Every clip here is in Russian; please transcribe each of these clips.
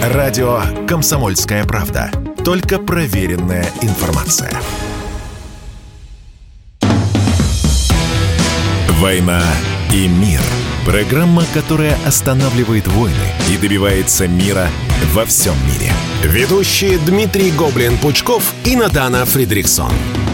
Радио «Комсомольская правда». Только проверенная информация. «Война и мир». Программа, которая останавливает войны и добивается мира во всем мире. Ведущие Дмитрий Гоблин-Пучков и Надана Фридрихсон.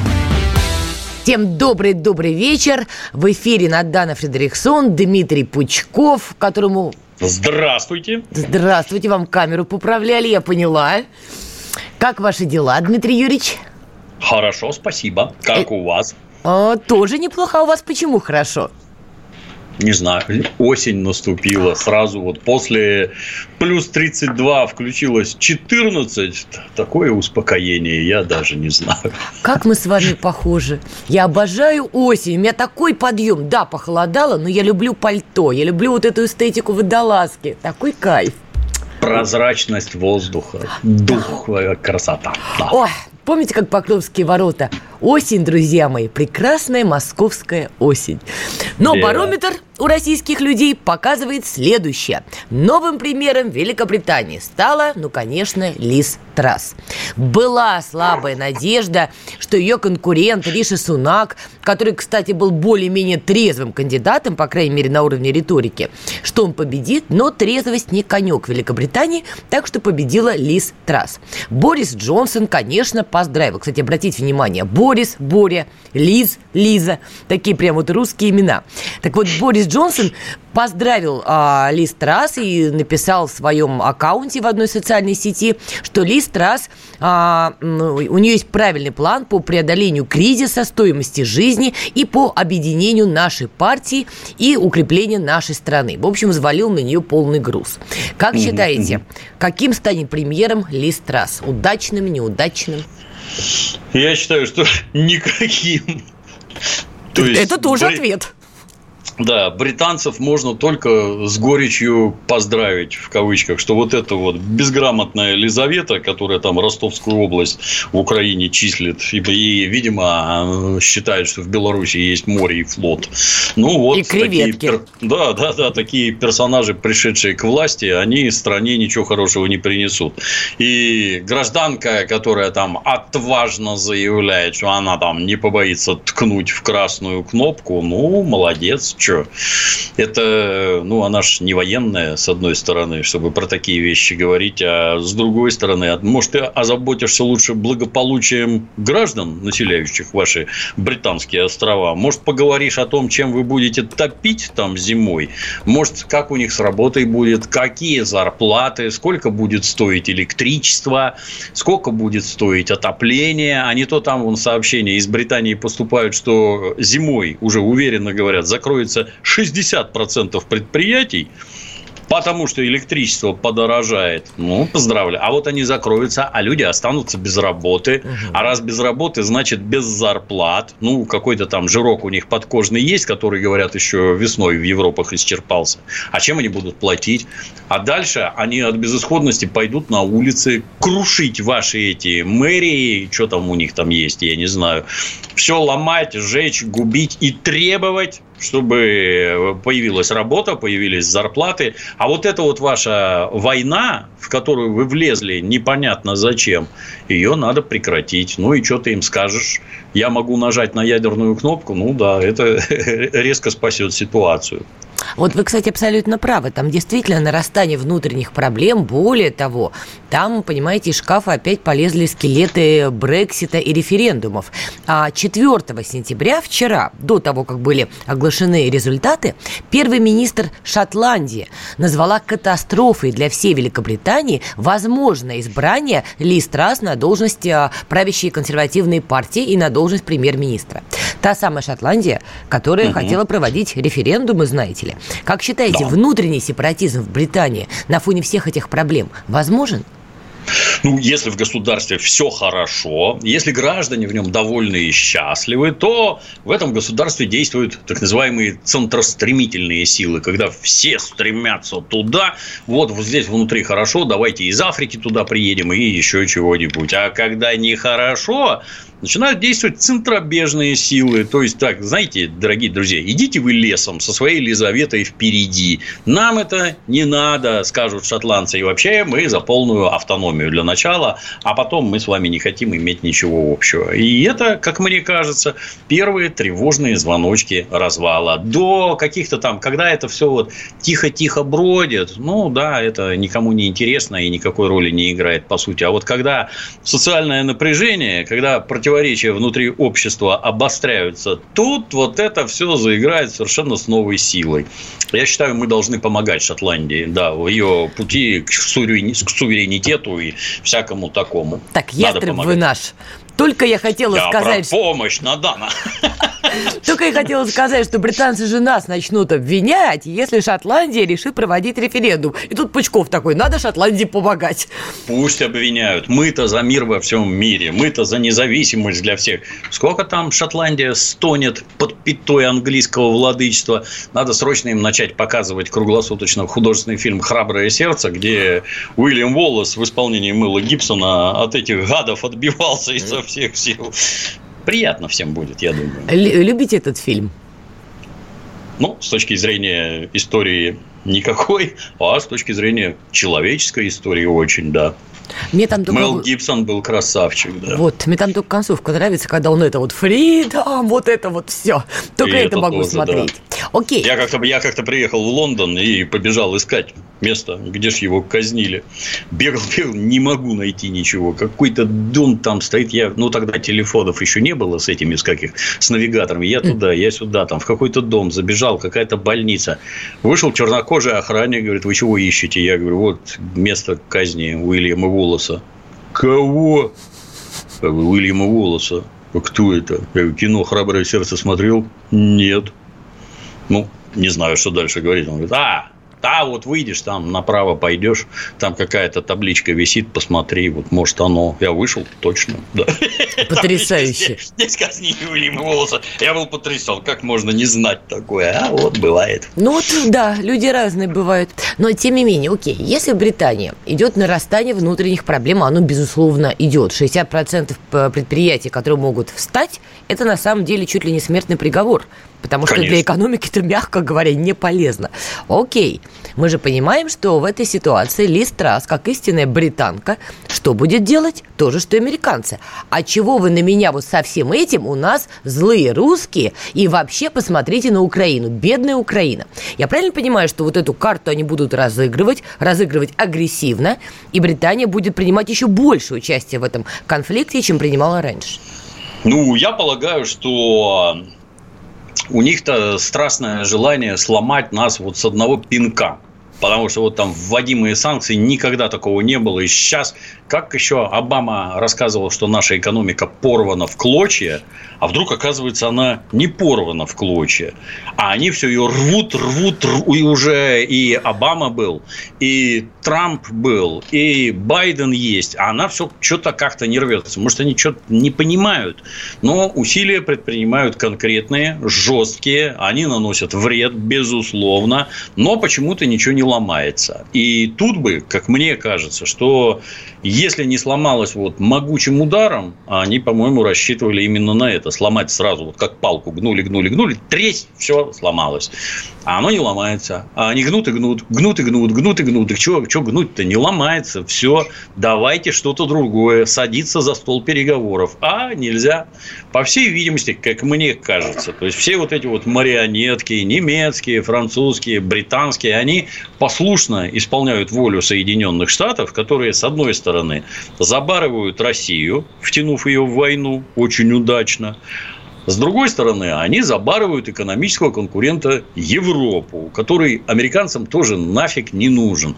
Всем добрый вечер. В эфире Надана Фридрихсон, Дмитрий Пучков, которому... Здравствуйте. Здравствуйте, вам камеру поправляли, я поняла. Как ваши дела, Дмитрий Юрьевич? Хорошо, спасибо. Как у вас? Тоже неплохо. А у вас почему хорошо? Не знаю, осень наступила. Сразу вот после плюс 32 включилось 14. Такое успокоение, я даже не знаю. Как мы с вами похожи. Я обожаю осень, у меня такой подъем. Да, похолодало, но я люблю пальто. Я люблю вот эту эстетику водолазки. Такой кайф. Прозрачность воздуха, дух, красота. Да. Ой, помните, как Покровские ворота? Осень, друзья мои, прекрасная московская осень. Но барометр у российских людей показывает следующее. Новым примером Великобритании стала, конечно, Лиз Трасс. Была слабая надежда, что ее конкурент Риши Сунак, который, кстати, был более-менее трезвым кандидатом, по крайней мере, на уровне риторики, что он победит, но трезвость не конек Великобритании, так что победила Лиз Трасс. Борис Джонсон, конечно, поздравил. Кстати, обратите внимание, Борис, Боря, Лиз, Лиза. Такие прям вот русские имена. Так вот, Борис Джонсон поздравил Лиз Трасс и написал в своем аккаунте в одной социальной сети, что Лиз Трасс, у нее есть правильный план по преодолению кризиса, стоимости жизни и по объединению нашей партии и укреплению нашей страны. В общем, взвалил на нее полный груз. Как считаете, каким станет премьером Лиз Трасс? Удачным, неудачным? Я считаю, что никаким. Это тоже ответ. Да, британцев можно только с горечью поздравить, в кавычках, что вот эта вот безграмотная Лизавета, которая там Ростовскую область в Украине числит, и, видимо, считает, что в Беларуси есть море и флот. Ну, вот и креветки. Такие персонажи, пришедшие к власти, они стране ничего хорошего не принесут. И гражданка, которая там отважно заявляет, что она там не побоится ткнуть в красную кнопку, молодец, что? Это, она ж не военная, с одной стороны, чтобы про такие вещи говорить, а с другой стороны, может, ты озаботишься лучше благополучием граждан, населяющих ваши британские острова? Может, поговоришь о том, чем вы будете топить там зимой? Может, как у них с работой будет, какие зарплаты, сколько будет стоить электричество, сколько будет стоить отопление? А не то там сообщения из Британии поступают, что зимой, уже уверенно говорят, закроется 60% предприятий, потому что электричество подорожает. Поздравляю. А вот они закроются, а люди останутся без работы. А раз без работы, значит, без зарплат. Какой-то там жирок у них подкожный есть, который, говорят, еще весной в Европах исчерпался. А чем они будут платить? А дальше они от безысходности пойдут на улицы крушить ваши эти мэрии. Что там у них там есть, я не знаю. Все ломать, сжечь, губить и требовать, чтобы появилась работа, появились зарплаты. А вот эта вот ваша война, в которую вы влезли непонятно зачем, ее надо прекратить. И что ты им скажешь? Я могу нажать на ядерную кнопку? Это резко спасет ситуацию. Вот вы, кстати, абсолютно правы. Там действительно нарастание внутренних проблем. Более того, там, понимаете, из шкафа опять полезли скелеты Брексита и референдумов. А 4 сентября, вчера, до того, как были оглашены результаты, первый министр Шотландии назвала катастрофой для всей Великобритании возможное избрание Лиз Трасс на должность правящей консервативной партии и на должность премьер-министра. Та самая Шотландия, которая хотела проводить референдумы, знаете ли. Как считаете, внутренний сепаратизм в Британии на фоне всех этих проблем возможен? Если в государстве все хорошо, если граждане в нем довольны и счастливы, то в этом государстве действуют так называемые центростремительные силы, когда все стремятся туда, вот здесь внутри хорошо, давайте из Африки туда приедем и еще чего-нибудь. А когда нехорошо, начинают действовать центробежные силы. То есть, так, знаете, дорогие друзья, идите вы лесом со своей Елизаветой впереди. Нам это не надо, скажут шотландцы. И вообще мы за полную автономию для начала, а потом мы с вами не хотим иметь ничего общего. И это, как мне кажется, первые тревожные звоночки развала. До каких-то там, когда это все вот тихо-тихо бродит, ну да, это никому не интересно и никакой роли не играет по сути. А вот когда социальное напряжение, когда противоречия внутри общества обостряются, тут вот это все заиграет совершенно с новой силой. Я считаю, мы должны помогать Шотландии, да, в ее пути к суверенитету и всякому такому. Так, ястреб вы наш. Только я хотела сказать... Про помощь, Надана. Только я хотела сказать, что британцы же нас начнут обвинять, если Шотландия решит проводить референдум. И тут Пучков такой: надо Шотландии помогать. Пусть обвиняют. Мы-то за мир во всем мире. Мы-то за независимость для всех. Сколько там Шотландия стонет под пятой английского владычества. Надо срочно им начать показывать круглосуточно художественный фильм «Храброе сердце», где Уильям Уоллес в исполнении Мэла Гибсона от этих гадов отбивался изо всех сил. Приятно всем будет, я думаю. Любите этот фильм? Ну, с точки зрения истории никакой, а с точки зрения человеческой истории очень, да. Мне там только... Мэл Гибсон был красавчик, да. Вот, мне там только концовка нравится, когда он это вот freedom, вот это вот все. Только это могу тоже смотреть. Да. Окей. Я как-то приехал в Лондон и побежал искать место, где ж его казнили. Бегал, не могу найти ничего. Какой-то дом там стоит. Тогда телефонов еще не было с этими, с навигаторами. Я туда, я сюда, там в какой-то дом забежал, какая-то больница. Вышел чернокожий охранник, говорит: вы чего ищете? Я говорю: вот место казни Уильяма Уоллеса. Кого? Уильяма Уоллеса. А кто это? Я говорю: кино «Храброе сердце» смотрел? Нет. Не знаю, что дальше говорить. Он говорит: вот выйдешь, там направо пойдешь, там какая-то табличка висит, посмотри, вот может оно. Я вышел, точно, да. Потрясающе. Здесь казни Уильяма Уоллеса. Я был потрясен, как можно не знать такое, а вот бывает. Да, люди разные бывают. Но тем не менее, окей, если в Британии идет нарастание внутренних проблем, оно безусловно идет. 60% предприятий, которые могут встать, это на самом деле чуть ли не смертный приговор. Потому что для экономики это, мягко говоря, не полезно. Окей, мы же понимаем, что в этой ситуации Лиз Трасс, как истинная британка, что будет делать? То же, что и американцы. А чего вы на меня вот со всем этим? У нас злые русские. И вообще посмотрите на Украину. Бедная Украина. Я правильно понимаю, что вот эту карту они будут разыгрывать агрессивно, и Британия будет принимать еще большее участие в этом конфликте, чем принимала раньше? Я полагаю, что... У них-то страстное желание сломать нас вот с одного пинка. Потому что вот там вводимые санкции, никогда такого не было. И сейчас, как еще Обама рассказывал, что наша экономика порвана в клочья, а вдруг, оказывается, она не порвана в клочья. А они все ее рвут, и уже и Обама был, и Трамп был, и Байден есть. А она все что-то как-то не рвется. Может, они что-то не понимают. Но усилия предпринимают конкретные, жесткие. Они наносят вред, безусловно. Но почему-то ничего не ломается. И тут бы, как мне кажется, что если не сломалось вот могучим ударом, они, по-моему, рассчитывали именно на это. Сломать сразу, вот как палку гнули, тресь, все сломалось. А оно не ломается. А они гнут. Так что гнуть-то? Не ломается. Все, давайте что-то другое. Садиться за стол переговоров. А нельзя. По всей видимости, как мне кажется. То есть, все вот эти вот марионетки, немецкие, французские, британские, они послушно исполняют волю Соединенных Штатов, которые, с одной стороны, забарывают Россию, втянув ее в войну очень удачно. С другой стороны, они забарывают экономического конкурента Европу, который американцам тоже нафиг не нужен.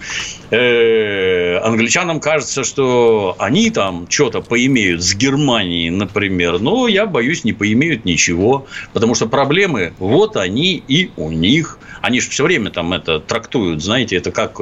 Англичанам кажется, что они там что-то поимеют с Германией, например, но я боюсь, не поимеют ничего, потому что проблемы вот они и у них. Они же все время там это трактуют, знаете, это как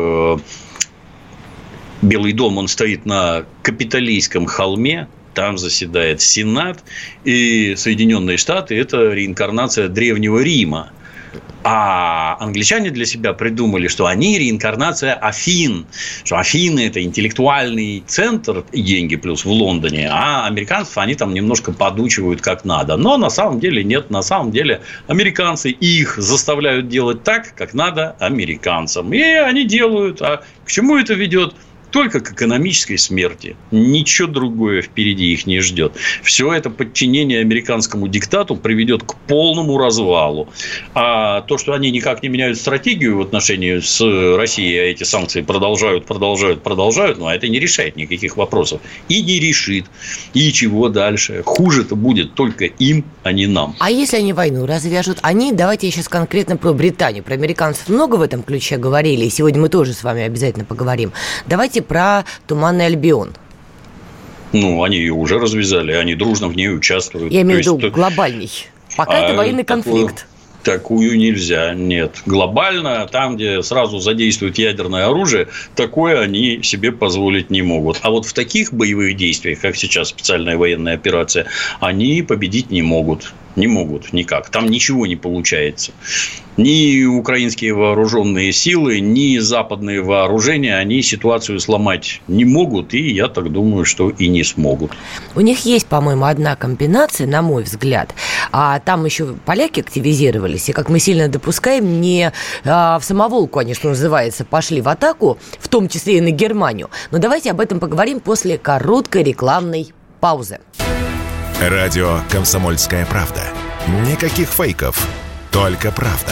Белый дом, он стоит на капитолийском холме. Там заседает Сенат, и Соединенные Штаты – это реинкарнация Древнего Рима. А англичане для себя придумали, что они реинкарнация Афин. Что Афины – это интеллектуальный центр и деньги плюс в Лондоне. А американцев они там немножко подучивают как надо. Но на самом деле нет. На самом деле американцы их заставляют делать так, как надо американцам. И они делают. А к чему это ведет? Только к экономической смерти. Ничего другое впереди их не ждет. Все это подчинение американскому диктату приведет к полному развалу. А то, что они никак не меняют стратегию в отношении с Россией, а эти санкции продолжают, но это не решает никаких вопросов. И не решит. И чего дальше? Хуже-то будет только им, а не нам. А если они войну развяжут? Давайте я сейчас конкретно про Британию. Про американцев много в этом ключе говорили. И сегодня мы тоже с вами обязательно поговорим. Давайте про Туманный Альбион. Они ее уже развязали, они дружно в ней участвуют. Я имею в виду глобальный. Пока это военный конфликт. Такую нельзя, нет. Глобально, там, где сразу задействуют ядерное оружие, такое они себе позволить не могут. А вот в таких боевых действиях, как сейчас специальная военная операция, они победить не могут. Не могут никак. Там ничего не получается. Ни украинские вооруженные силы, ни западные вооружения, они ситуацию сломать не могут. И я так думаю, что и не смогут. У них есть, по-моему, одна комбинация, на мой взгляд. А там еще поляки активизировались. И, как мы сильно допускаем, не в самоволку они, что называется, пошли в атаку, в том числе и на Германию. Но давайте об этом поговорим после короткой рекламной паузы. Радио «Комсомольская правда». Никаких фейков, только правда.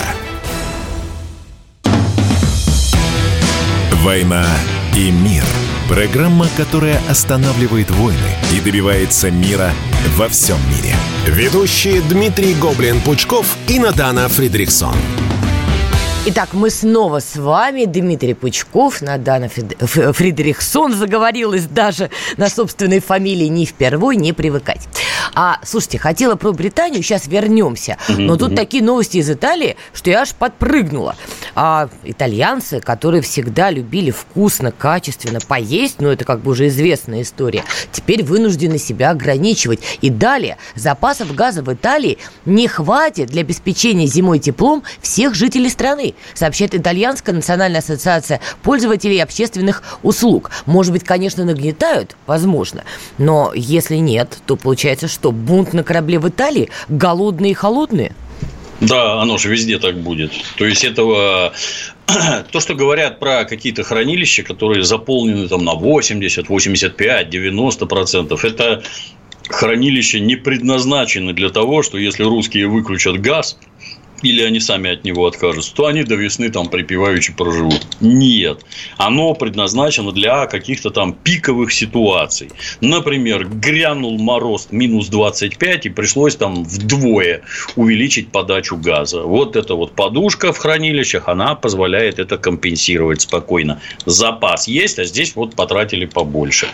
«Война и мир». Программа, которая останавливает войны и добивается мира во всем мире. Ведущие Дмитрий Гоблин-Пучков и Надана Фридрихсон. Итак, мы снова с вами, Дмитрий Пучков, Надана Фридрихсон, заговорилась даже на собственной фамилии, не впервой, не привыкать. Слушайте, хотела про Британию, сейчас вернемся, но тут такие новости из Италии, что я аж подпрыгнула. Итальянцы, которые всегда любили вкусно, качественно поесть, это как бы уже известная история, теперь вынуждены себя ограничивать. И далее, запасов газа в Италии не хватит для обеспечения зимой теплом всех жителей страны, сообщает Итальянская национальная ассоциация пользователей общественных услуг. Может быть, конечно, нагнетают, возможно, но если нет, то получается, что бунт на корабле в Италии, голодные и холодные? Да, оно же везде так будет. То есть, то, что говорят про какие-то хранилища, которые заполнены там на 80, 85, 90%, это хранилища не предназначены для того, что если русские выключат газ, или они сами от него откажутся, то они до весны там припеваючи проживут. Нет. Оно предназначено для каких-то там пиковых ситуаций. Например, грянул мороз минус 25, и пришлось там вдвое увеличить подачу газа. Вот эта вот подушка в хранилищах, она позволяет это компенсировать спокойно. Запас есть, а здесь вот потратили побольше.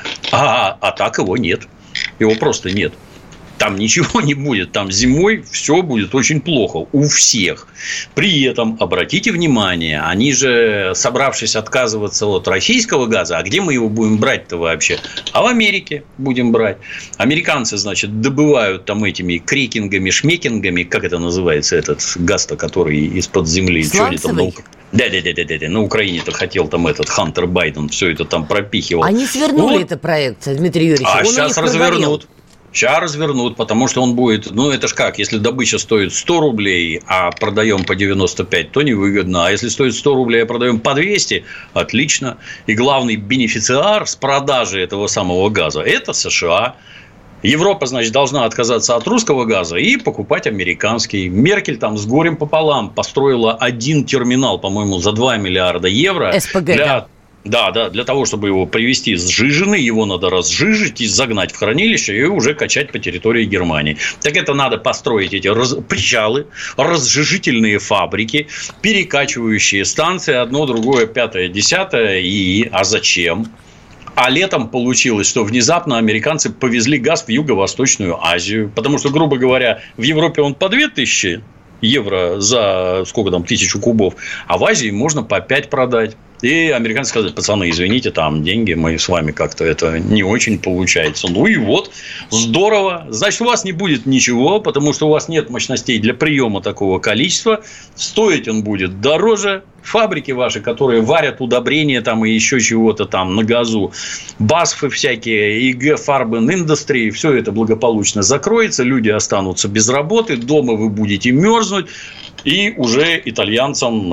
А так его нет. Его просто нет. Там ничего не будет. Там зимой все будет очень плохо у всех. При этом, обратите внимание, они же, собравшись отказываться от российского газа, а где мы его будем брать-то вообще? А в Америке будем брать. Американцы, значит, добывают там этими крекингами, шмекингами, как это называется, этот газ-то, который из-под земли. Сланцевый? Да. На Украине-то хотел там этот Хантер Байден все это там пропихивал. Они свернули этот проект, Дмитрий Юрьевич. А сейчас развернут. Сейчас развернут, потому что он будет... это ж как, если добыча стоит 100 рублей, а продаем по 95, то невыгодно. А если стоит 100 рублей, а продаем по 200, отлично. И главный бенефициар с продажи этого самого газа – это США. Европа, значит, должна отказаться от русского газа и покупать американский. Меркель там с горем пополам построила один терминал, по-моему, за 2 миллиарда евро. СПГ, Да, для того, чтобы его привезти сжиженный, его надо разжижить и загнать в хранилище и уже качать по территории Германии. Так это надо построить эти причалы, разжижительные фабрики, перекачивающие станции, одно, другое, пятое, десятое. А зачем? А летом получилось, что внезапно американцы повезли газ в Юго-Восточную Азию. Потому что, грубо говоря, в Европе он по 2000 евро за, 1000 кубов, а в Азии можно по 5 продать. И американцы сказали: пацаны, извините, там деньги, мы с вами как-то это не очень получается. Ну и вот, здорово. Значит, у вас не будет ничего, потому что у вас нет мощностей для приема такого количества. Стоить он будет дороже. Фабрики ваши, которые варят удобрения там и еще чего-то там на газу, BASF всякие, IG Farben Industry, все это благополучно закроется, люди останутся без работы, дома вы будете мерзнуть, и уже итальянцам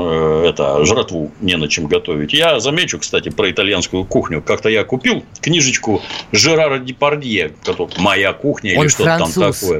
жратву не на чем готовить. Я замечу, кстати, про итальянскую кухню. Как-то я купил книжечку Жерара Депардье, «Моя кухня» или что-то там такое.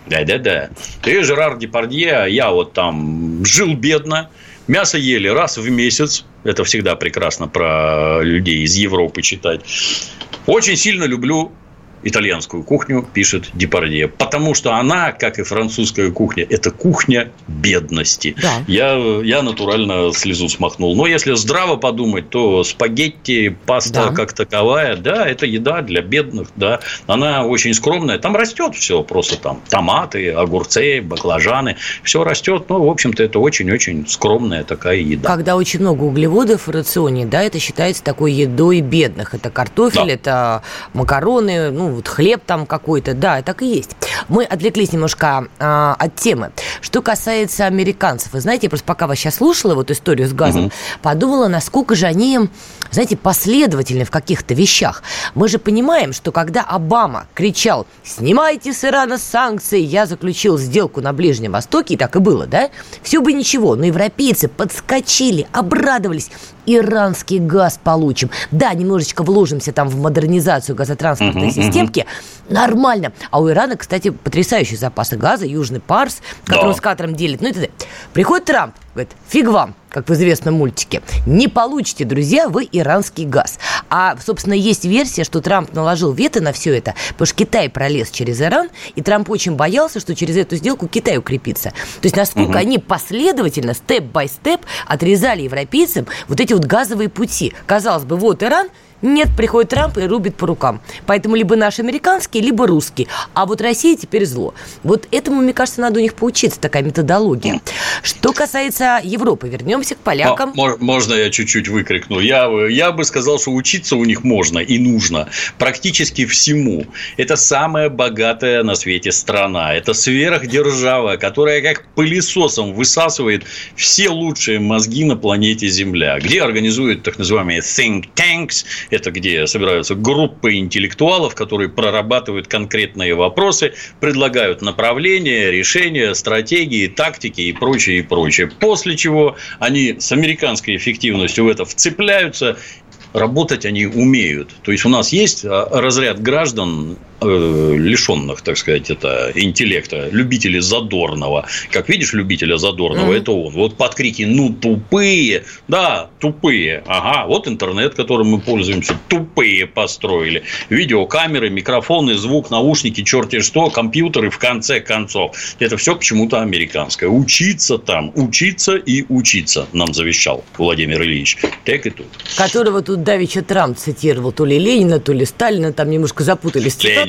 Да. И Жерар Депардье, я вот там жил бедно. Мясо ели раз в месяц. Это всегда прекрасно про людей из Европы читать. Очень сильно люблю итальянскую кухню, пишет Депардье. Потому что она, как и французская кухня, это кухня бедности. Да. Я натурально слезу смахнул. Но если здраво подумать, то спагетти, паста как таковая, да, это еда для бедных, да. Она очень скромная. Там растет все, просто там томаты, огурцы, баклажаны. Все растет. Ну, в общем-то, это очень-очень скромная такая еда. Когда очень много углеводов в рационе, да, это считается такой едой бедных. Это картофель, это макароны, вот хлеб там какой-то, да, так и есть. Мы отвлеклись немножко от темы. Что касается американцев, вы знаете, я просто пока вас сейчас слушала, вот историю с газом, подумала, насколько же они, знаете, последовательны в каких-то вещах. Мы же понимаем, что когда Обама кричал: «Снимайте с Ирана санкции, я заключил сделку на Ближнем Востоке», и так и было, да, все бы ничего, но европейцы подскочили, обрадовались. Иранский газ получим. Да, немножечко вложимся там в модернизацию газотранспортной системки. Нормально. А у Ирана, кстати, потрясающие запасы газа, Южный Парс, который он с Катаром делит. Ну и т.д. Приходит Трамп, говорит: фиг вам, как в известном мультике. Не получите, друзья, вы иранский газ. А, собственно, есть версия, что Трамп наложил вето на все это, потому что Китай пролез через Иран, и Трамп очень боялся, что через эту сделку Китай укрепится. То есть, насколько они последовательно, степ-бай-степ, отрезали европейцам вот эти вот газовые пути. Казалось бы, вот Иран. Нет, приходит Трамп и рубит по рукам. Поэтому либо наш американский, либо русский. А вот Россия теперь зло. Вот этому, мне кажется, надо у них поучиться, такая методология. Что касается Европы, вернемся к полякам. Можно я чуть-чуть выкрикну? Я бы сказал, что учиться у них можно и нужно практически всему. Это самая богатая на свете страна. Это сверхдержава, которая как пылесосом высасывает все лучшие мозги на планете Земля. Где организуют так называемые think tanks. Это где собираются группы интеллектуалов, которые прорабатывают конкретные вопросы, предлагают направления, решения, стратегии, тактики и прочее, и прочее. После чего они с американской эффективностью в это вцепляются. Работать они умеют. То есть, у нас есть разряд граждан, лишенных, так сказать, интеллекта, любители Задорнова. Как видишь любителя Задорнова, это он. Вот под крики: ну, тупые. Да, тупые. Ага, вот интернет, которым мы пользуемся. Тупые построили. Видеокамеры, микрофоны, звук, наушники, черти что, компьютеры, в конце концов. Это все почему-то американское. Учиться там, учиться и учиться, нам завещал Владимир Ильич. Так и тут. Которого тут давеча Трамп цитировал, то ли Ленина, то ли Сталина, там немножко запутались в цитатах.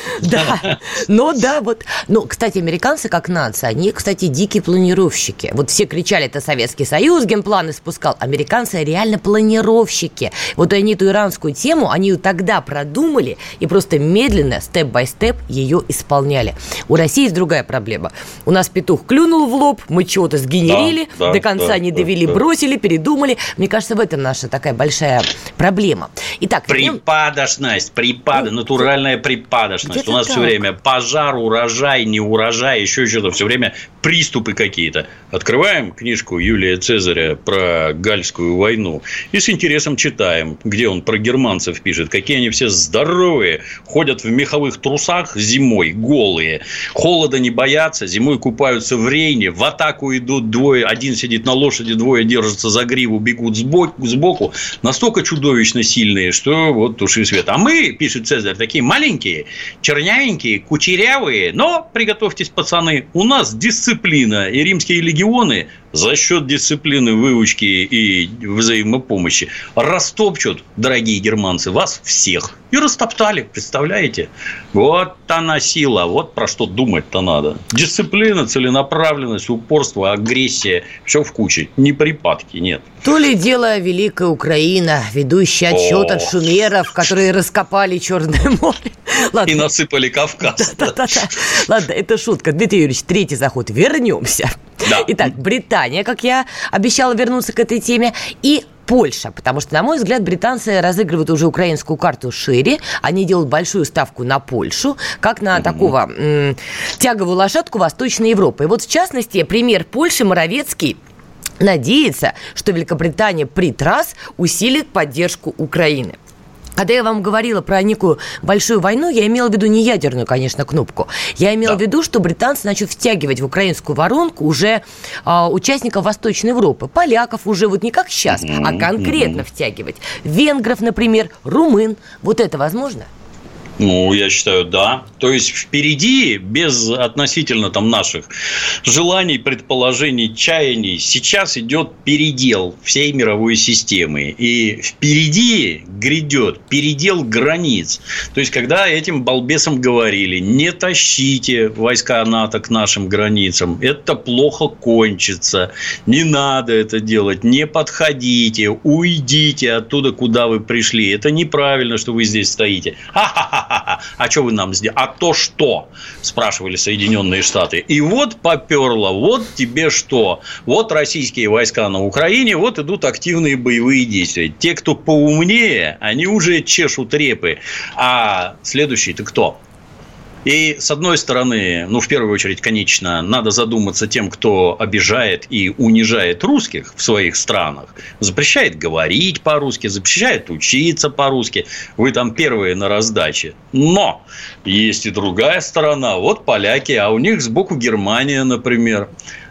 Да, но да, вот. Но, кстати, американцы как нация, они, кстати, дикие планировщики. Вот все кричали: это Советский Союз генпланы спускал. Американцы реально планировщики. Вот они эту иранскую тему, они ее тогда продумали и просто медленно, степ-бай-степ ее исполняли. У России есть другая проблема. У нас петух клюнул в лоб, мы чего-то сгенерили, до конца не довели, бросили, передумали. Мне кажется, в этом наша такая большая проблема. Итак, припадочность, натуральная припадочность. У нас все время пожар, урожай, не урожай, еще что-то, все время приступы какие-то. Открываем книжку Юлия Цезаря про Гальскую войну и с интересом читаем, где он про германцев пишет, какие они все здоровые, ходят в меховых трусах зимой, голые, холода не боятся, зимой купаются в Рейне, в атаку идут двое, один сидит на лошади, двое держатся за гриву, бегут сбоку, настолько чудовищно сильные, что вот туши свет. А мы, пишет Цезарь, такие маленькие, чернявенькие, кучерявые, но приготовьтесь, пацаны, у нас дисциплина, и римские легионы за счет дисциплины, выучки и взаимопомощи растопчут, дорогие германцы, вас всех. И растоптали, представляете? Вот она сила, вот про что думать-то надо. Дисциплина, целенаправленность, упорство, агрессия. Все в куче. Ни припадки, нет. То ли дело Великая Украина, ведущий отчет от шумеров, которые раскопали Черное море. Ладно. И насыпали Кавказ. Да. Ладно, это шутка. Дмитрий Юрьевич, третий заход. Вернемся. Да. Итак, Британия, как я обещала вернуться к этой теме, и Польша, потому что, на мой взгляд, британцы разыгрывают уже украинскую карту шире. Они делают большую ставку на Польшу, как на такого тяговую лошадку Восточной Европы. И вот, в частности, премьер Польши Моровецкий надеется, что Великобритания при ТРАСС усилит поддержку Украины. Когда я вам говорила про некую большую войну, я имела в виду не ядерную, конечно, кнопку. Я имела в виду, что британцы начнут втягивать в украинскую воронку уже участников Восточной Европы. Поляков уже вот не как сейчас, а конкретно втягивать. Венгров, например, румын. Вот это возможно? Ну, я считаю, да. То есть, впереди, без относительно там наших желаний, предположений, чаяний, сейчас идет передел всей мировой системы. И впереди грядет передел границ. То есть, когда этим балбесам говорили, не тащите войска НАТО к нашим границам, это плохо кончится, не надо это делать, не подходите, уйдите оттуда, куда вы пришли. Это неправильно, что вы здесь стоите. Ха-ха-ха. А что вы нам сделали? А то что? Спрашивали Соединенные Штаты. И вот поперло. Вот тебе что? Вот российские войска на Украине, вот идут активные боевые действия. Те, кто поумнее, они уже чешут репы. А следующий-то кто? И, с одной стороны, в первую очередь, конечно, надо задуматься тем, кто обижает и унижает русских в своих странах, запрещает говорить по-русски, запрещает учиться по-русски. Вы там первые на раздаче. Но есть и другая сторона. Вот поляки, а у них сбоку Германия, например.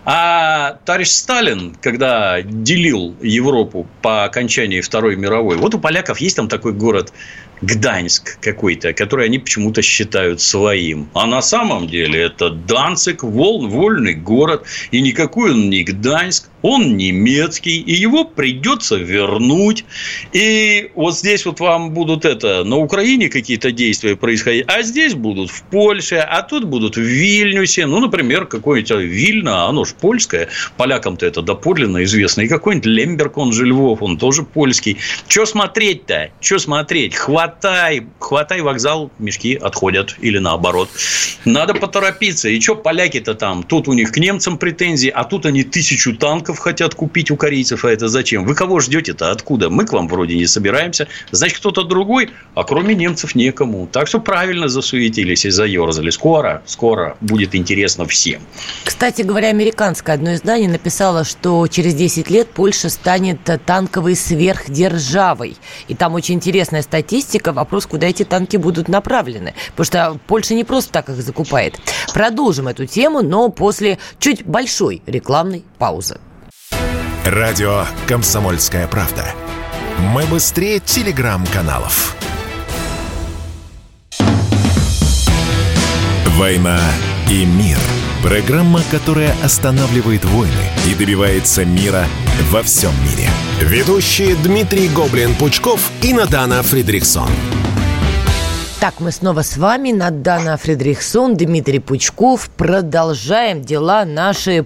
А товарищ Сталин, когда делил Европу по окончании Второй мировой, вот у поляков есть там такой город Гданьск какой-то, который они почему-то считают своим. А на самом деле это Данциг, вольный город. И никакой он не Гданьск, он немецкий. И его придется вернуть. И вот здесь вот вам будут на Украине какие-то действия происходить. А здесь будут в Польше, а тут будут в Вильнюсе. Например, какое-нибудь Вильно, оно же польское. Полякам-то это доподлинно известно. И какой-нибудь Лемберг, он же Львов, он тоже польский. Что смотреть-то? Что смотреть? Хватай вокзал, мешки отходят. Или наоборот. Надо поторопиться. И что поляки-то там? Тут у них к немцам претензии, а тут они 1000 танков хотят купить у корейцев. А это зачем? Вы кого ждете-то? Откуда? Мы к вам вроде не собираемся. Значит, кто-то другой, а кроме немцев некому. Так что правильно засуетились и заерзали. Скоро будет интересно всем. Кстати говоря, американское одно издание написало, что через 10 лет Польша станет танковой сверхдержавой. И там очень интересная статистика. Вопрос, куда эти танки будут направлены. Потому что Польша не просто так их закупает. Продолжим эту тему, но после чуть большой рекламной паузы. Радио «Комсомольская правда». Мы быстрее телеграм-каналов. «Война и мир». Программа, которая останавливает войны и добивается мира во всем мире. Ведущие Дмитрий Гоблин-Пучков и Надана Фридрихсон. Так, мы снова с вами, Надана Фридрихсон, Дмитрий Пучков. Продолжаем дела наши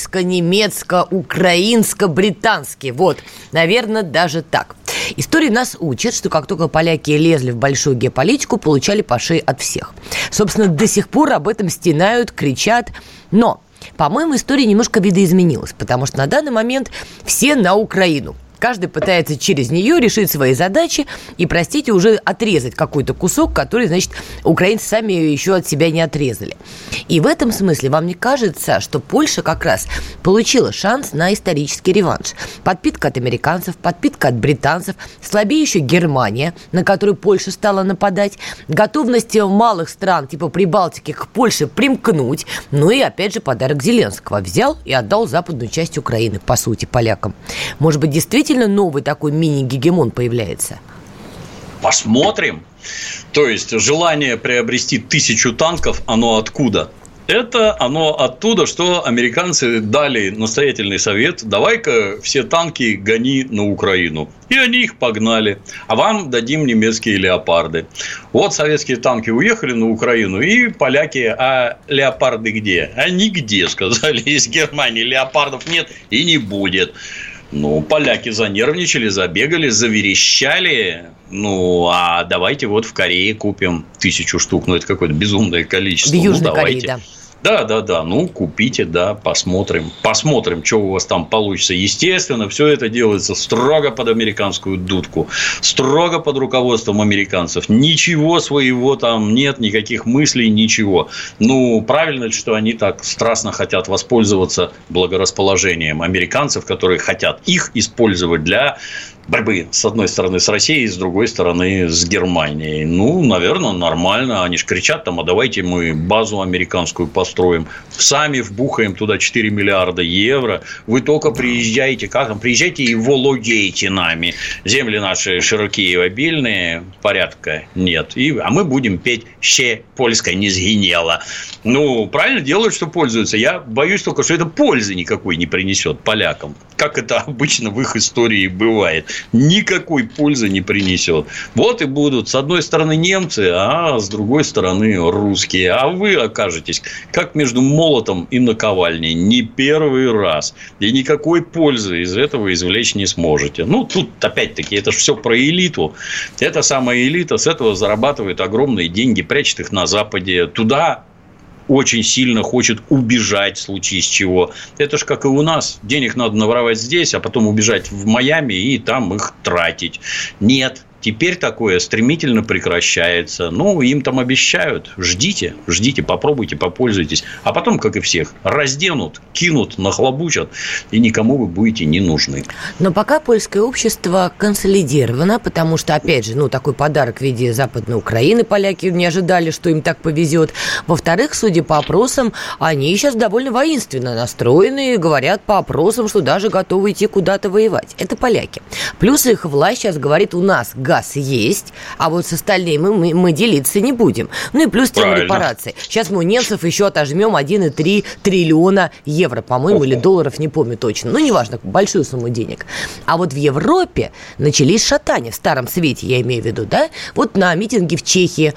польско-немецко-украинско-британские. Вот, наверное, даже так. История нас учит, что как только поляки лезли в большую геополитику, получали по шее от всех. Собственно, до сих пор об этом стенают, кричат. Но, по-моему, история немножко видоизменилась, потому что на данный момент все на Украину. Каждый пытается через нее решить свои задачи и, простите, уже отрезать какой-то кусок, который, значит, украинцы сами еще от себя не отрезали. И в этом смысле вам не кажется, что Польша как раз получила шанс на исторический реванш? Подпитка от американцев, подпитка от британцев, слабеющая Германия, на которую Польша стала нападать, готовность малых стран типа Прибалтики к Польше примкнуть, ну и, опять же, подарок Зеленского. Взял и отдал западную часть Украины, по сути, полякам. Может быть, действительно новый такой мини-гегемон появляется? Посмотрим. То есть, желание приобрести 1000 танков, оно откуда? Это оно оттуда, что американцы дали настоятельный совет: давай-ка все танки гони на Украину. И они их погнали. А вам дадим немецкие леопарды. Вот советские танки уехали на Украину, и поляки: а леопарды где? А нигде, сказали из Германии. Леопардов нет и не будет. Ну, поляки занервничали, забегали, заверещали. Ну, а давайте вот в Корее купим 1000 штук. Ну, это какое-то безумное количество. В Южной давайте. Корее, да. Да. Ну, купите, да, посмотрим. Посмотрим, что у вас там получится. Естественно, все это делается строго под американскую дудку. Строго под руководством американцев. Ничего своего там нет, никаких мыслей, ничего. Ну, правильно ли, что они так страстно хотят воспользоваться благорасположением американцев, которые хотят их использовать для борьбы, с одной стороны, с Россией, с другой стороны, с Германией. Ну, наверное, нормально. Они же кричат там: а давайте мы базу американскую построим. Сами вбухаем туда 4 миллиарда евро. Вы только приезжайте. Как там? Приезжайте и вологейте нами. Земли наши широкие и обильные. Порядка нет. А мы будем петь «Ще польская не сгинела». Ну, правильно делают, что пользуются. Я боюсь только, что это пользы никакой не принесет полякам. Как это обычно в их истории бывает. Никакой пользы не принесет. Вот и будут с одной стороны немцы, а с другой стороны русские. А вы окажетесь как между молотом и наковальней не первый раз. И никакой пользы из этого извлечь не сможете. Ну, тут опять-таки это же все про элиту. Эта самая элита с этого зарабатывает огромные деньги, прячет их на Западе. Туда очень сильно хочет убежать в случае с чего. Это же как и у нас. Денег надо наворовать здесь, а потом убежать в Майами и там их тратить. Нет. Теперь такое стремительно прекращается. Ну, им там обещают. Ждите, попробуйте, попользуйтесь. А потом, как и всех, разденут, кинут, нахлобучат, и никому вы будете не нужны. Но пока польское общество консолидировано, потому что, опять же, такой подарок в виде Западной Украины поляки не ожидали, что им так повезет. Во-вторых, судя по опросам, они сейчас довольно воинственно настроены и говорят по опросам, что даже готовы идти куда-то воевать. Это поляки. Плюс их власть сейчас говорит: у нас газ есть, а вот с остальным мы делиться не будем. Ну и плюс тема репараций. Сейчас мы у немцев еще отожмем 1,3 триллиона евро, по-моему, или долларов, не помню точно. Ну, неважно, большую сумму денег. А вот в Европе начались шатания, в Старом Свете, я имею в виду, да? Вот на митинги в Чехии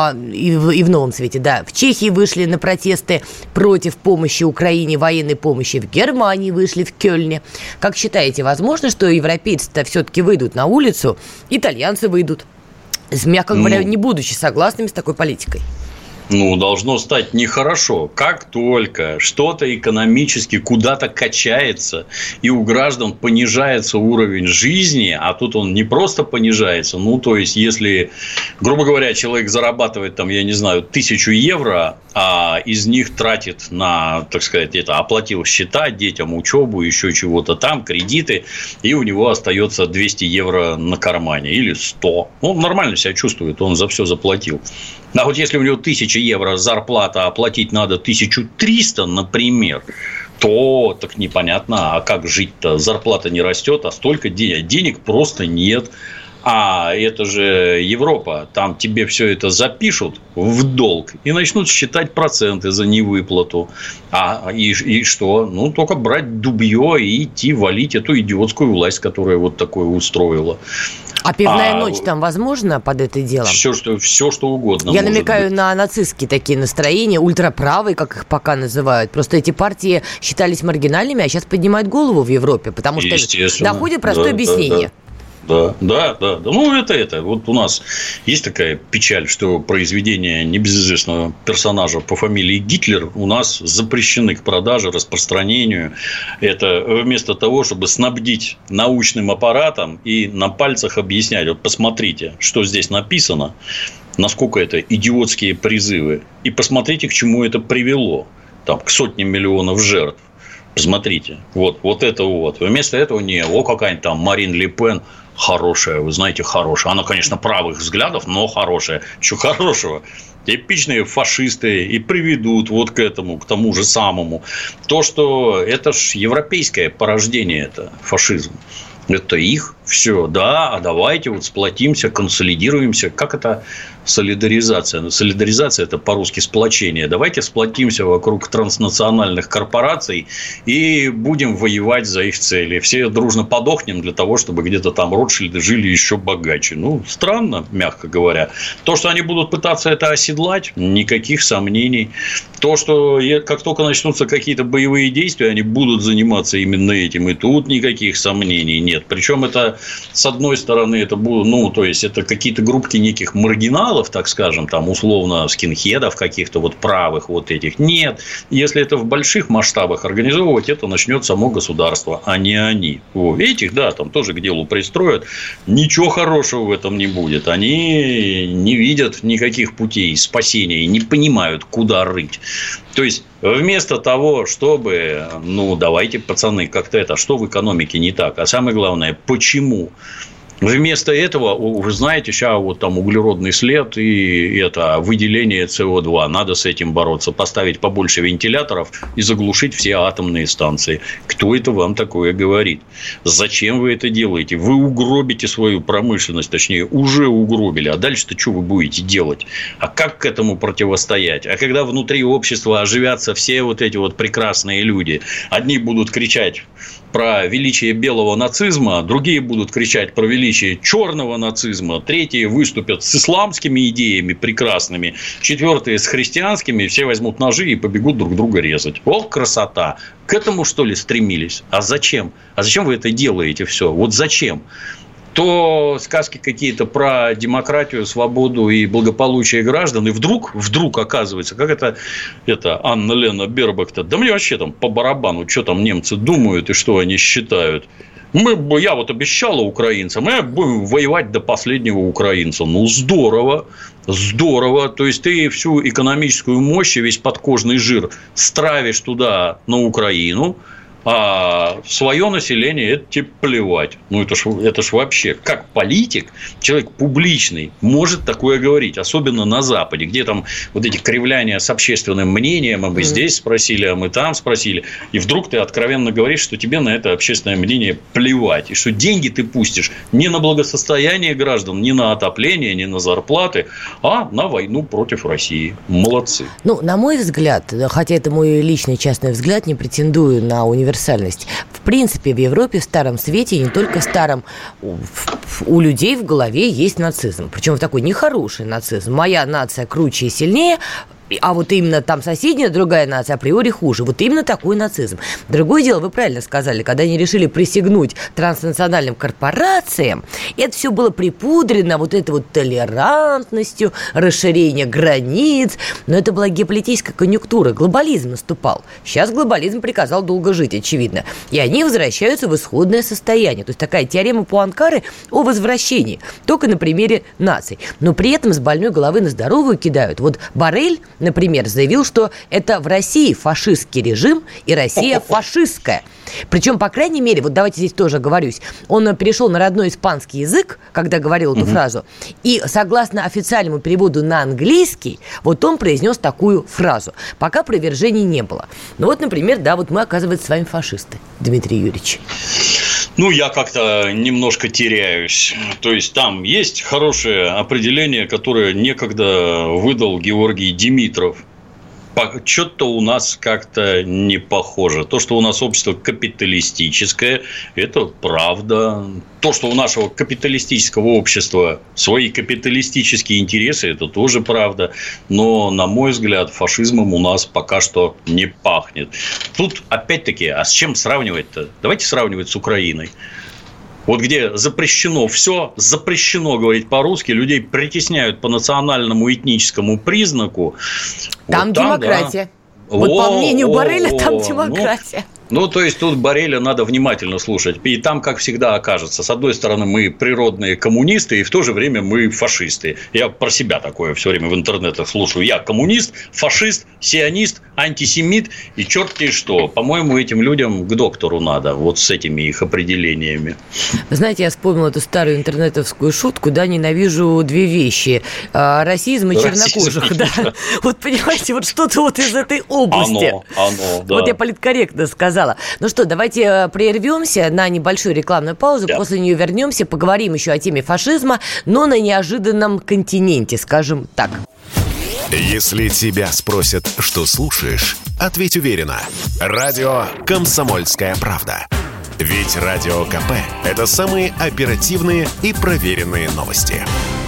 и в Новом Свете, да. В Чехии вышли на протесты против помощи Украине, военной помощи. В Германии вышли, в Кёльне. Как считаете, возможно, что европейцы-то все-таки выйдут на улицу, итальянцы выйдут, мягко говоря, не будучи согласными с такой политикой? Должно стать нехорошо. Как только что-то экономически куда-то качается, и у граждан понижается уровень жизни, а тут он не просто понижается, то есть, если, грубо говоря, человек зарабатывает, 1000 евро, а из них тратит на, так сказать, оплатил счета детям, учебу, еще чего-то там, кредиты, и у него остается 200 евро на кармане или 100. Он нормально себя чувствует, он за все заплатил. А вот если у него 1000 евро зарплата, а оплатить надо 1300, например, то так непонятно, а как жить-то? Зарплата не растет, а столько денег просто нет. А это же Европа, там тебе все это запишут в долг и начнут считать проценты за невыплату. И что? Только брать дубье и идти валить эту идиотскую власть, которая вот такое устроила. А пивная ночь там возможно под это дело? Все, что угодно. Я намекаю на нацистские такие настроения, ультраправые, как их пока называют. Просто эти партии считались маргинальными, а сейчас поднимают голову в Европе, потому что находят простое объяснение. Да. Это. Вот у нас есть такая печаль, что произведения небезызвестного персонажа по фамилии Гитлер у нас запрещены к продаже, распространению. Это вместо того, чтобы снабдить научным аппаратом и на пальцах объяснять: вот посмотрите, что здесь написано, насколько это идиотские призывы, и посмотрите, к чему это привело, к сотням миллионов жертв. Посмотрите, вот это вот. Вместо этого какая-нибудь там Марин Ле Пен хорошая, вы знаете, хорошая. Она, конечно, правых взглядов, но хорошая. Чего хорошего? Типичные фашисты и приведут вот к этому, к тому же самому. То, что это ж европейское порождение, это фашизм. Это их все, да, а давайте вот сплотимся, консолидируемся. Как это солидаризация. Солидаризация – это по-русски сплочение. Давайте сплотимся вокруг транснациональных корпораций и будем воевать за их цели. Все дружно подохнем для того, чтобы где-то там Ротшильды жили еще богаче. Странно, мягко говоря. То, что они будут пытаться это оседлать, никаких сомнений. То, что как только начнутся какие-то боевые действия, они будут заниматься именно этим. И тут никаких сомнений нет. Причем это, с одной стороны, это будут, то есть это какие-то группки неких маргиналов, так скажем, там условно скинхедов каких-то правых этих. Нет, если это в больших масштабах организовывать, это начнет само государство, а не они. Этих, там тоже к делу пристроят. Ничего хорошего в этом не будет. Они не видят никаких путей спасения, не понимают, куда рыть. То есть, вместо того, чтобы, давайте, пацаны, как-то что в экономике не так, а самое главное, почему? Вместо этого, вы знаете, сейчас там углеродный след и это выделение СО2. Надо с этим бороться. Поставить побольше вентиляторов и заглушить все атомные станции. Кто это вам такое говорит? Зачем вы это делаете? Вы угробите свою промышленность, точнее, уже угробили. А дальше-то что вы будете делать? А как к этому противостоять? А когда внутри общества оживятся все эти прекрасные люди, одни будут кричать про величие белого нацизма, другие будут кричать про величие черного нацизма, третьи выступят с исламскими идеями прекрасными, четвертые с христианскими, все возьмут ножи и побегут друг друга резать. Красота! К этому, что ли, стремились? А зачем? А зачем вы это делаете все? Зачем? То сказки какие-то про демократию, свободу и благополучие граждан, и вдруг оказывается, как это Анна-Лена Бербак-то, да мне вообще там по барабану, что там немцы думают и что они считают. Я обещала украинцам, мы будем воевать до последнего украинца. Здорово, здорово. То есть, ты всю экономическую мощь и весь подкожный жир стравишь туда, на Украину, а свое население это тебе плевать. Это ж вообще, как политик, человек публичный может такое говорить, особенно на Западе, где там эти кривляния с общественным мнением, а мы здесь спросили, а мы там спросили, и вдруг ты откровенно говоришь, что тебе на это общественное мнение плевать, и что деньги ты пустишь не на благосостояние граждан, не на отопление, не на зарплаты, а на войну против России. Молодцы. На мой взгляд, хотя это мой личный частный взгляд, не претендую на универсальность. В принципе, в Европе, в Старом Свете, и не только старом, у людей в голове есть нацизм. Причем такой нехороший нацизм. Моя нация круче и сильнее, а именно там соседняя другая нация априори хуже. Именно такой нацизм. Другое дело, вы правильно сказали, когда они решили присягнуть транснациональным корпорациям, это все было припудрено этой толерантностью, расширение границ. Но это была геополитическая конъюнктура, глобализм наступал. Сейчас глобализм приказал долго жить, очевидно. И они возвращаются в исходное состояние. То есть, такая теорема Пуанкаре о возвращении. Только на примере наций. Но при этом с больной головы на здоровую кидают. Боррель, например, заявил, что это в России фашистский режим и Россия фашистская. Причем, по крайней мере, давайте здесь тоже оговорюсь, он перешел на родной испанский язык, когда говорил эту фразу, и согласно официальному переводу на английский, он произнес такую фразу. Пока опровержений не было. Например, мы, оказывается, с вами фашисты, Дмитрий Юрьевич. Я как-то немножко теряюсь. То есть, там есть хорошее определение, которое некогда выдал Георгий Димитров. Что-то у нас как-то не похоже. То, что у нас общество капиталистическое, это правда. То, что у нашего капиталистического общества свои капиталистические интересы, это тоже правда. Но, на мой взгляд, фашизмом у нас пока что не пахнет. Тут, опять-таки, а с чем сравнивать-то? Давайте сравнивать с Украиной. Где запрещено все, запрещено говорить по-русски, людей притесняют по национальному этническому признаку. Там демократия. Да. По мнению Борреля, там демократия. То есть, тут Борреля надо внимательно слушать. И там, как всегда, окажется. С одной стороны, мы природные коммунисты, и в то же время мы фашисты. Я про себя такое все время в интернетах слушаю. Я коммунист, фашист, сионист, антисемит и черт-те что. По-моему, этим людям к доктору надо. С этими их определениями. Вы знаете, я вспомнила эту старую интернетовскую шутку. Ненавижу две вещи. Расизм и чернокожих. Да. Понимаете, что-то из этой области. Оно, да. Я политкорректно сказала. сказала. Ну что, давайте прервемся на небольшую рекламную паузу. Да. После нее вернемся, поговорим еще о теме фашизма, но на неожиданном континенте, скажем так. Если тебя спросят, что слушаешь, ответь уверенно. Радио «Комсомольская правда». Ведь Радио КП – это самые оперативные и проверенные новости.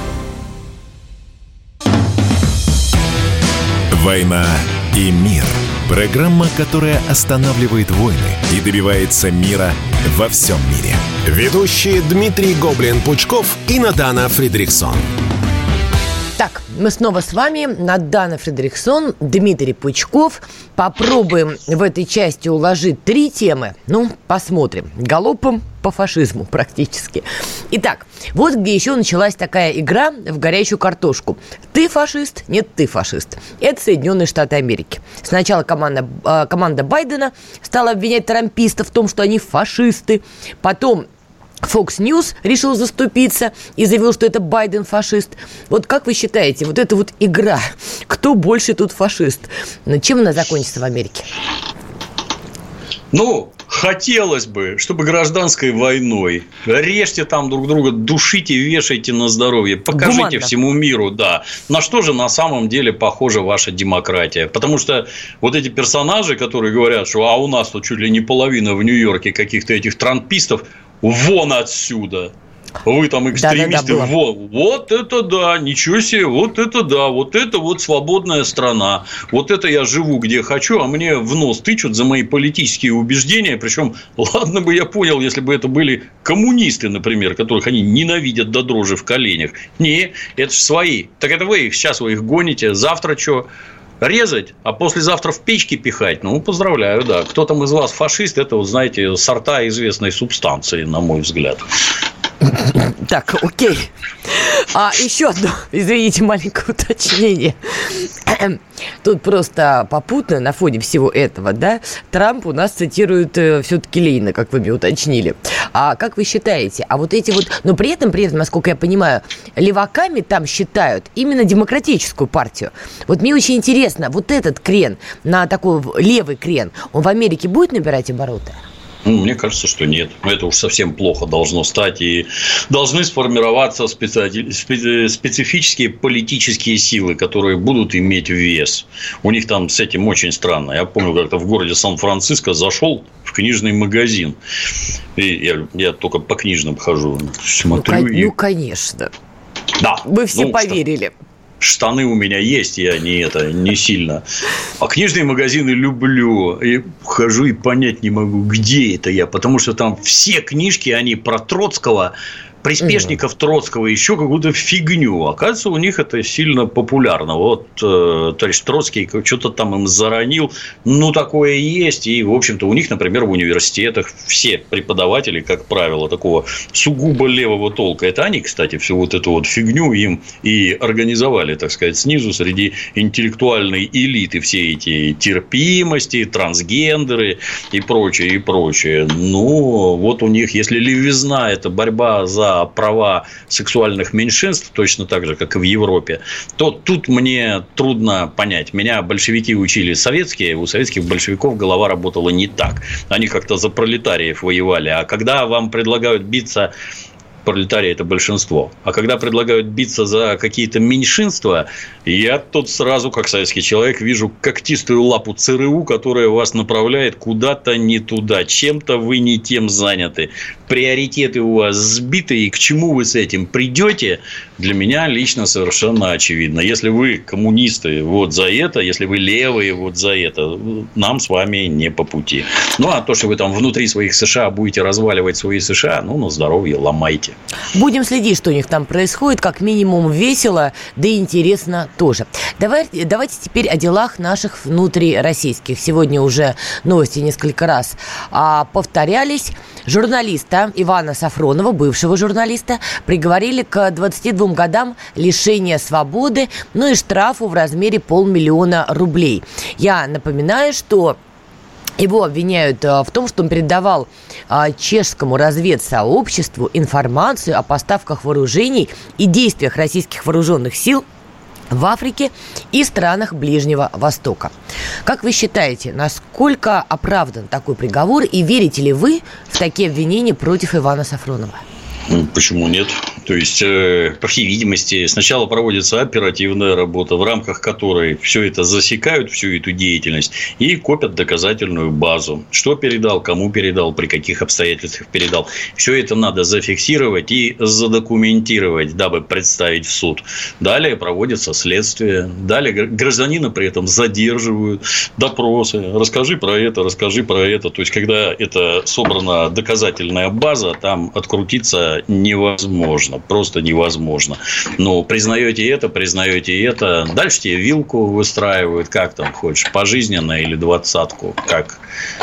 «Война и мир». Программа, которая останавливает войны и добивается мира во всем мире. Ведущие Дмитрий Гоблин-Пучков и Надана Фридрихсон. Так, мы снова с вами, Надана Фридрихсон, Дмитрий Пучков. Попробуем в этой части уложить 3 темы. Ну, посмотрим. Галопом по фашизму практически. Итак, вот где еще началась такая игра в горячую картошку. Ты фашист? Нет, ты фашист. Это Соединенные Штаты Америки. Сначала команда Байдена стала обвинять трампистов в том, что они фашисты. Потом Fox News решил заступиться и заявил, что это Байден фашист. Вот как вы считаете, вот эта вот игра, кто больше тут фашист? Чем она закончится в Америке? Ну, хотелось бы, чтобы гражданской войной. Режьте там друг друга, душите, вешайте на здоровье. Покажите гуманно всему миру, да, на что же на самом деле похожа ваша демократия. Потому что вот эти персонажи, которые говорят, что у нас тут чуть ли не половина в Нью-Йорке каких-то этих трампистов, вон отсюда. Вы там экстремисты, вон. Вот это да, ничего себе, вот это да, вот это вот свободная страна. Вот это я живу где хочу, а мне в нос тычут за мои политические убеждения. Причем, ладно бы я понял, если бы это были коммунисты, например, которых они ненавидят до дрожи в коленях. Не, это же свои. Так это вы их, сейчас вы их гоните, завтра что? Резать, а послезавтра в печки пихать? Ну, поздравляю, да. Кто там из вас фашист, это, вот, знаете, сорта известной субстанции, на мой взгляд. Так, окей. Еще одно, извините, маленькое уточнение. Тут просто попутно на фоне всего этого, да, Трамп у нас цитирует все-таки Ленина, как вы мне уточнили. А как вы считаете, а вот эти вот, но при этом, насколько я понимаю, леваками там считают именно демократическую партию. Вот мне очень интересно, вот этот крен, на такой левый крен, он в Америке будет набирать обороты? Мне кажется, что нет. Это уж совсем плохо должно стать. И должны сформироваться специфические политические силы, которые будут иметь вес. У них там с этим очень странно. Я помню, как-то в городе Сан-Франциско зашел в книжный магазин. И я только по книжным хожу. Смотрю, ну, конечно. Да. Вы все поверили. Штаны у меня есть, я не сильно. А книжные магазины люблю. И хожу и понять не могу, где это я. Потому что там все книжки, они про Троцкого, приспешников Троцкого, еще какую-то фигню. Оказывается, у них это сильно популярно. Вот товарищ Троцкий что-то там им заронил. Ну, такое есть. И, в общем-то, у них, например, в университетах все преподаватели, как правило, такого сугубо левого толка. Это они, кстати, всю вот эту вот фигню им и организовали, так сказать, снизу среди интеллектуальной элиты. Все эти терпимости, трансгендеры и прочее, и прочее. Ну, вот у них, если левизна – это борьба за права сексуальных меньшинств, точно так же, как и в Европе, то тут мне трудно понять. Меня большевики учили советские, у советских большевиков голова работала не так. Они как-то за пролетариев воевали. А когда вам предлагают биться... Пролетарии – это большинство. А когда предлагают биться за какие-то меньшинства, я тут сразу, как советский человек, вижу когтистую лапу ЦРУ, которая вас направляет куда-то не туда. Чем-то вы не тем заняты. Приоритеты у вас сбиты. И к чему вы с этим придете, для меня лично совершенно очевидно. Если вы коммунисты, вот за это. Если вы левые, вот за это. Нам с вами не по пути. Ну, а то, что вы там внутри своих США будете разваливать свои США, ну, на здоровье ломайте. Будем следить, что у них там происходит. Как минимум весело, да и интересно тоже. Давайте теперь о делах наших внутрироссийских. Сегодня уже новости несколько раз повторялись. Журналиста Ивана Сафронова, бывшего журналиста, приговорили к 22 годам лишения свободы, ну и штрафу в размере 500 000 рублей. Я напоминаю, что его обвиняют в том, что он передавал чешскому разведсообществу информацию о поставках вооружений и действиях российских вооруженных сил в Африке и странах Ближнего Востока. Как вы считаете, насколько оправдан такой приговор, и верите ли вы в такие обвинения против Ивана Сафронова? Почему нет? То есть, по всей видимости, сначала проводится оперативная работа, в рамках которой все это засекают, всю эту деятельность, и копят доказательную базу. Что передал, кому передал, при каких обстоятельствах передал. Все это надо зафиксировать и задокументировать, дабы представить в суд. Далее проводится следствие. Далее гражданина при этом задерживают, допросы. Расскажи про это, расскажи про это. То есть, когда это собрана доказательная база, там открутиться невозможно. Просто невозможно. Но признаете это. Дальше тебе вилку выстраивают. Как там хочешь? Пожизненно или 20-ку? Как?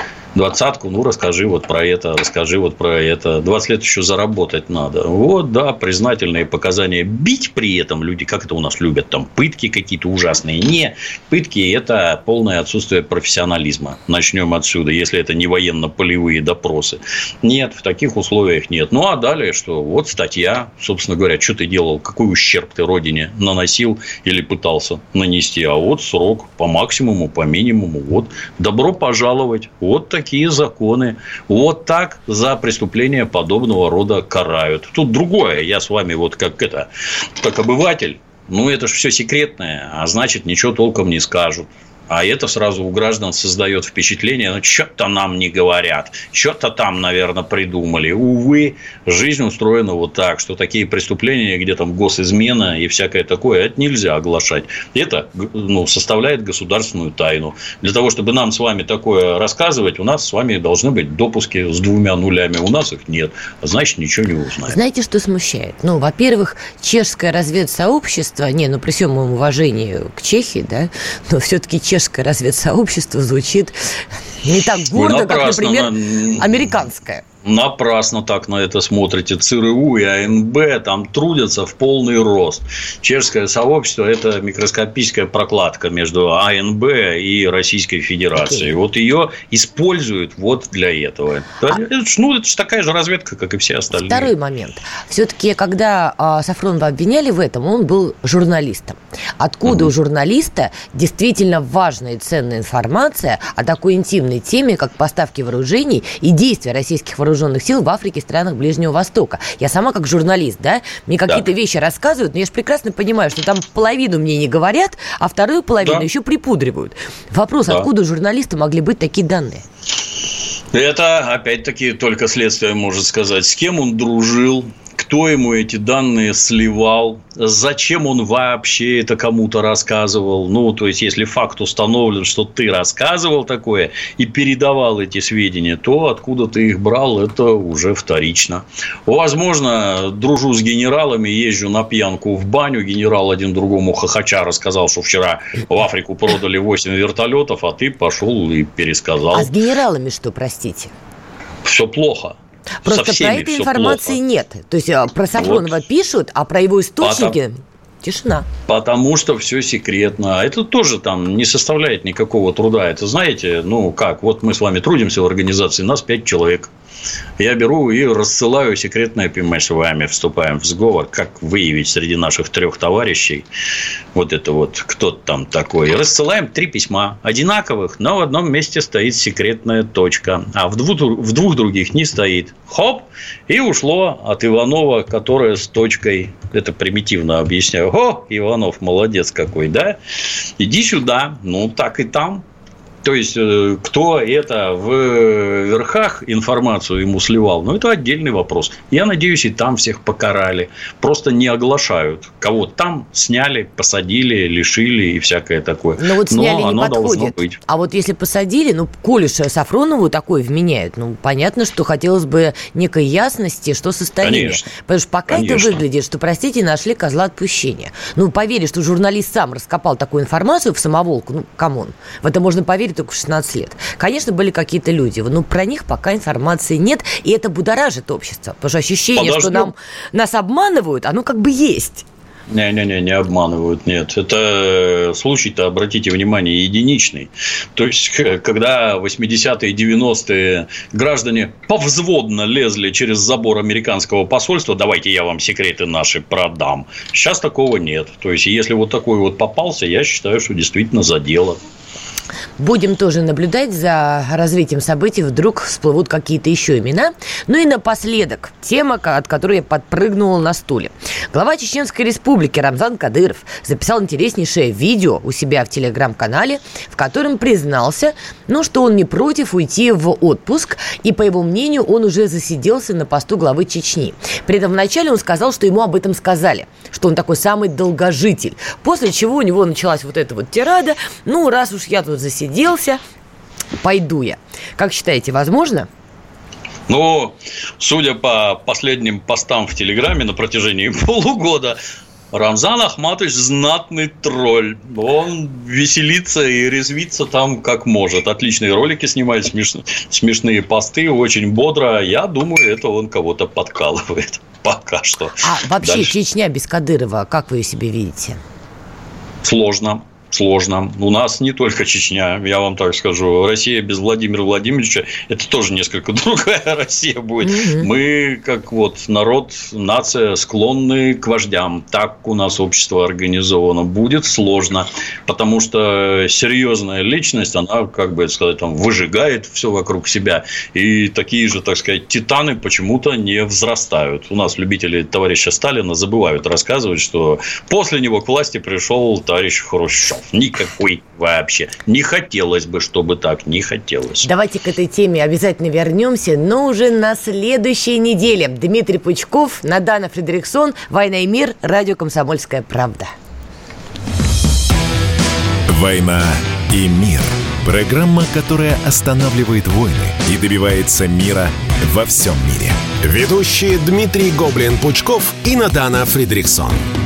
20-ку, ну, расскажи вот про это, расскажи вот про это. 20 лет еще заработать надо. Вот, да, признательные показания. Бить при этом люди, как это у нас любят, там, пытки какие-то ужасные. Не, пытки – это полное отсутствие профессионализма. Начнем отсюда, если это не военно-полевые допросы. Нет, в таких условиях нет. Ну, а далее что? Вот статья, собственно говоря, что ты делал, какой ущерб ты родине наносил или пытался нанести. А вот срок по максимуму, по минимуму. Вот, добро пожаловать. Вот такие законы. Вот так за преступления подобного рода карают. Тут другое. Я с вами вот как обыватель. Ну, это же все секретное. А значит, ничего толком не скажут. А это сразу у граждан создает впечатление, ну, что-то нам не говорят, что-то там, наверное, придумали. Увы, жизнь устроена вот так, что такие преступления, где там госизмена и всякое такое, это нельзя оглашать. Это, составляет государственную тайну. Для того, чтобы нам с вами такое рассказывать, у нас с вами должны быть допуски с 2 нулями. У нас их нет, а значит, ничего не узнаем. Знаете, что смущает? Во-первых, чешское разведсообщество, при всем моем уважении к Чехии, да, но все-таки чешское разведсообщество звучит не так гордо, как, например, американское. Напрасно так на это смотрите. ЦРУ и АНБ там трудятся в полный рост. Чешское сообщество – это микроскопическая прокладка между АНБ и Российской Федерацией. Вот ее используют вот для этого. Это же такая же разведка, как и все остальные. Второй момент. Все-таки, когда Сафронова обвиняли в этом, он был журналистом. Откуда у журналиста действительно важная и ценная информация о такой интимной теме, как поставки вооружений и действия российских вооруженных сил в Африке и странах Ближнего Востока? Я сама как журналист, да, мне какие-то вещи рассказывают, но я же прекрасно понимаю, что там половину мне не говорят, а вторую половину еще припудривают. Вопрос, откуда у журналиста могли быть такие данные? Это, опять-таки, только следствие может сказать, с кем он дружил, кто ему эти данные сливал, зачем он вообще это кому-то рассказывал. То есть, если факт установлен, что ты рассказывал такое и передавал эти сведения, то откуда ты их брал, это уже вторично. Возможно, дружу с генералами, езжу на пьянку в баню, генерал один другому хохоча рассказал, что вчера в Африку продали 8 вертолетов, а ты пошел и пересказал. А с генералами что, простите? Все плохо. Просто про этой информации нет. То есть, про Сафронова пишут, а про его источники тишина. Потому что все секретно. А это тоже там не составляет никакого труда. Это, знаете, вот мы с вами трудимся в организации, нас 5 человек. Я беру и рассылаю секретное письмо, с вами вступаем в сговор, как выявить среди наших 3 товарищей вот это вот, кто там такой. И рассылаем 3 письма одинаковых, но в одном месте стоит секретная точка, а в двух других не стоит. Хоп! И ушло от Иванова, которое с точкой. Это примитивно объясняю. О, Иванов молодец какой, да? Иди сюда. Так и там. То есть, кто это в верхах информацию ему сливал, это отдельный вопрос. Я надеюсь, и там всех покарали. Просто не оглашают. Кого там сняли, посадили, лишили и всякое такое. Но вот сняли не подходит. А вот если посадили, коль уж Сафронову такое вменяют, понятно, что хотелось бы некой ясности, что состояние. Конечно. Потому что пока это выглядит, что, простите, нашли козла отпущения. Поверить, что журналист сам раскопал такую информацию в самоволку, камон. В это можно поверить только в 16 лет. Конечно, были какие-то люди, но про них пока информации нет, и это будоражит общество. Потому что ощущение, что нас обманывают, оно как бы есть. Не обманывают, нет. Это случай-то, обратите внимание, единичный. То есть, когда 80-е и 90-е граждане повзводно лезли через забор американского посольства, давайте я вам секреты наши продам. Сейчас такого нет. То есть, если вот такой вот попался, я считаю, что действительно за дело. Будем тоже наблюдать за развитием событий. Вдруг всплывут какие-то еще имена. Ну и напоследок тема, от которой я подпрыгнула на стуле. Глава Чеченской Республики Рамзан Кадыров записал интереснейшее видео у себя в телеграм-канале, в котором признался, что он не против уйти в отпуск. И, по его мнению, он уже засиделся на посту главы Чечни. При этом вначале он сказал, что ему об этом сказали, что он такой самый долгожитель. После чего у него началась вот эта вот тирада. Раз уж я тут засиделся, пойду я. Как считаете, возможно? Судя по последним постам в Телеграме на протяжении полугода, Рамзан Ахматович знатный тролль. Он веселится и резвится там как может. Отличные ролики снимает, смешные посты, очень бодро. Я думаю, это он кого-то подкалывает. Пока что. А вообще дальше. Чечня без Кадырова, как вы ее себе видите? Сложно. У нас не только Чечня, я вам так скажу. Россия без Владимира Владимировича – это тоже несколько другая Россия будет. Мы, как народ, нация, склонны к вождям. Так у нас общество организовано. Будет сложно, потому что серьезная личность, она, выжигает все вокруг себя. И такие же, титаны почему-то не взрастают. У нас любители товарища Сталина забывают рассказывать, что после него к власти пришел товарищ Хрущев. Никакой вообще. Не хотелось бы, чтобы так, не хотелось. Давайте к этой теме обязательно вернемся, но уже на следующей неделе. Дмитрий Пучков, Надана Фридрихсон, «Война и мир», радио «Комсомольская правда». «Война и мир». Программа, которая останавливает войны и добивается мира во всем мире. Ведущие Дмитрий Гоблин-Пучков и Надана Фридрихсон.